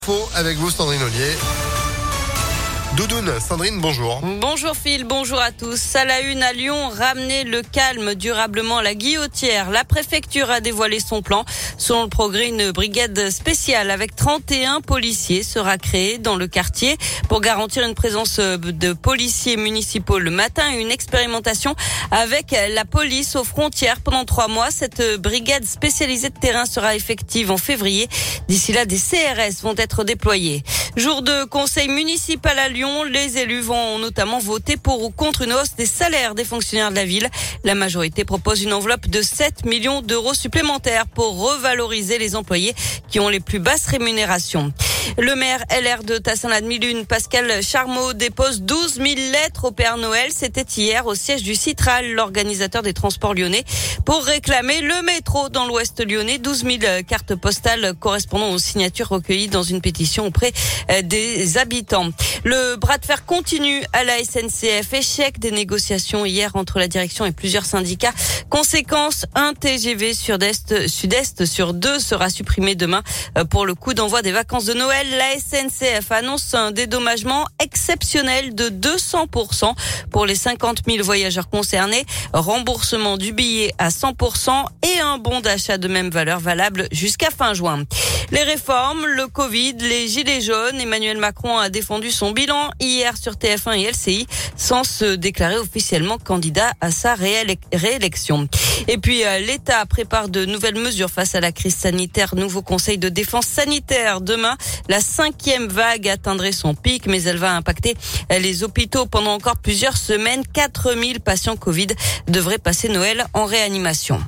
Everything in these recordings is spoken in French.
Faux avec vous, Sandrine Ollier. Doudoune, Sandrine, bonjour. Bonjour Phil, bonjour à tous. À la une à Lyon, ramener le calme durablement à la Guillotière. La préfecture a dévoilé son plan. Selon le Progrès, une brigade spéciale avec 31 policiers sera créée dans le quartier pour garantir une présence de policiers municipaux le matin et une expérimentation avec la police aux frontières pendant 3 mois. Cette brigade spécialisée de terrain sera effective en février. D'ici là, des CRS vont être déployés. Jour de conseil municipal à Lyon, les élus vont notamment voter pour ou contre une hausse des salaires des fonctionnaires de la ville. La majorité propose une enveloppe de 7 millions d'euros supplémentaires pour revaloriser les employés qui ont les plus basses rémunérations. Le maire LR de Tassin-la-Demi-Lune, Pascal Charmeau, dépose 12 000 lettres au Père Noël. C'était hier au siège du Citral, l'organisateur des transports lyonnais, pour réclamer le métro dans l'ouest lyonnais. 12 000 cartes postales correspondant aux signatures recueillies dans une pétition auprès des habitants. Le bras de fer continue à la SNCF. Échec des négociations hier entre la direction et plusieurs syndicats. Conséquence, un TGV sud-est sur 2 sera supprimé demain pour le coup d'envoi des vacances de Noël. La SNCF annonce un dédommagement exceptionnel de 200% pour les 50 000 voyageurs concernés. Remboursement du billet à 100% et un bon d'achat de même valeur valable jusqu'à fin juin. Les réformes, le Covid, les gilets jaunes. Emmanuel Macron a défendu son bilan hier sur TF1 et LCI sans se déclarer officiellement candidat à sa réélection. Et puis l'État prépare de nouvelles mesures face à la crise sanitaire. Nouveau conseil de défense sanitaire demain. La 5e vague atteindrait son pic, mais elle va impacter les hôpitaux pendant encore plusieurs semaines. 4000 patients Covid devraient passer Noël en réanimation.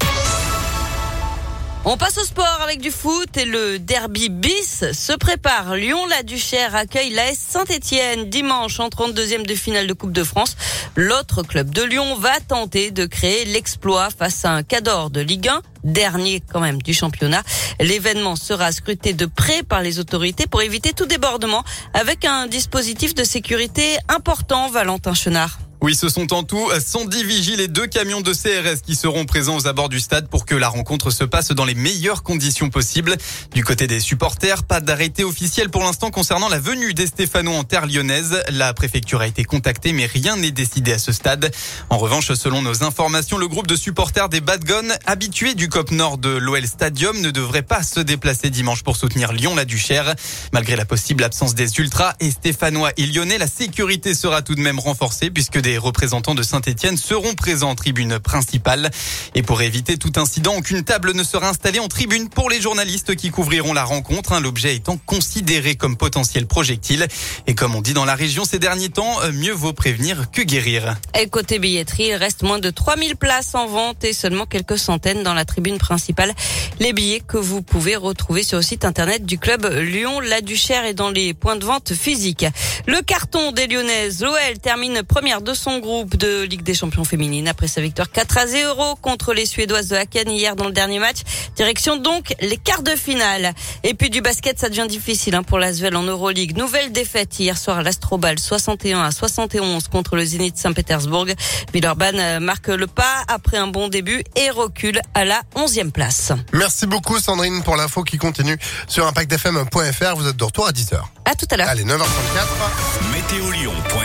On passe au sport avec du foot et le derby bis se prépare. Lyon-la-Duchère accueille l'AS Saint-Etienne dimanche en 32e de finale de Coupe de France. L'autre club de Lyon va tenter de créer l'exploit face à un Cador de Ligue 1, dernier quand même du championnat. L'événement sera scruté de près par les autorités pour éviter tout débordement avec un dispositif de sécurité important, Valentin Chenard. Oui, ce sont en tout 110 vigiles et 2 camions de CRS qui seront présents aux abords du stade pour que la rencontre se passe dans les meilleures conditions possibles. Du côté des supporters, pas d'arrêté officiel pour l'instant concernant la venue des Stéphanois en terre lyonnaise. La préfecture a été contactée, mais rien n'est décidé à ce stade. En revanche, selon nos informations, le groupe de supporters des Badgones, habitués du COP Nord de l'OL Stadium, ne devrait pas se déplacer dimanche pour soutenir Lyon-la-Duchère. Malgré la possible absence des ultras et Stéphanois et lyonnais, la sécurité sera tout de même renforcée puisque des représentants de Saint-Etienne seront présents en tribune principale. Et pour éviter tout incident, aucune table ne sera installée en tribune pour les journalistes qui couvriront la rencontre, l'objet étant considéré comme potentiel projectile. Et comme on dit dans la région ces derniers temps, mieux vaut prévenir que guérir. Et côté billetterie, il reste moins de 3000 places en vente et seulement quelques centaines dans la tribune principale. Les billets que vous pouvez retrouver sur le site internet du club Lyon-la-Duchère et dans les points de vente physiques. Le carton des Lyonnaises, l'OL termine première de son groupe de Ligue des Champions féminine après sa victoire 4-0 contre les Suédoises de Haken hier dans le dernier match. Direction donc les quarts de finale. Et puis du basket, ça devient difficile pour l'Asvel en Euroleague. Nouvelle défaite hier soir à l'Astrobal, 61-71 contre le Zénith Saint-Pétersbourg. Villeurbanne marque le pas après un bon début et recule à la 11e place. Merci beaucoup, Sandrine, pour l'info qui continue sur impactfm.fr. Vous êtes de retour à 10h. À tout à l'heure. Allez, 9h34. Météolion.fr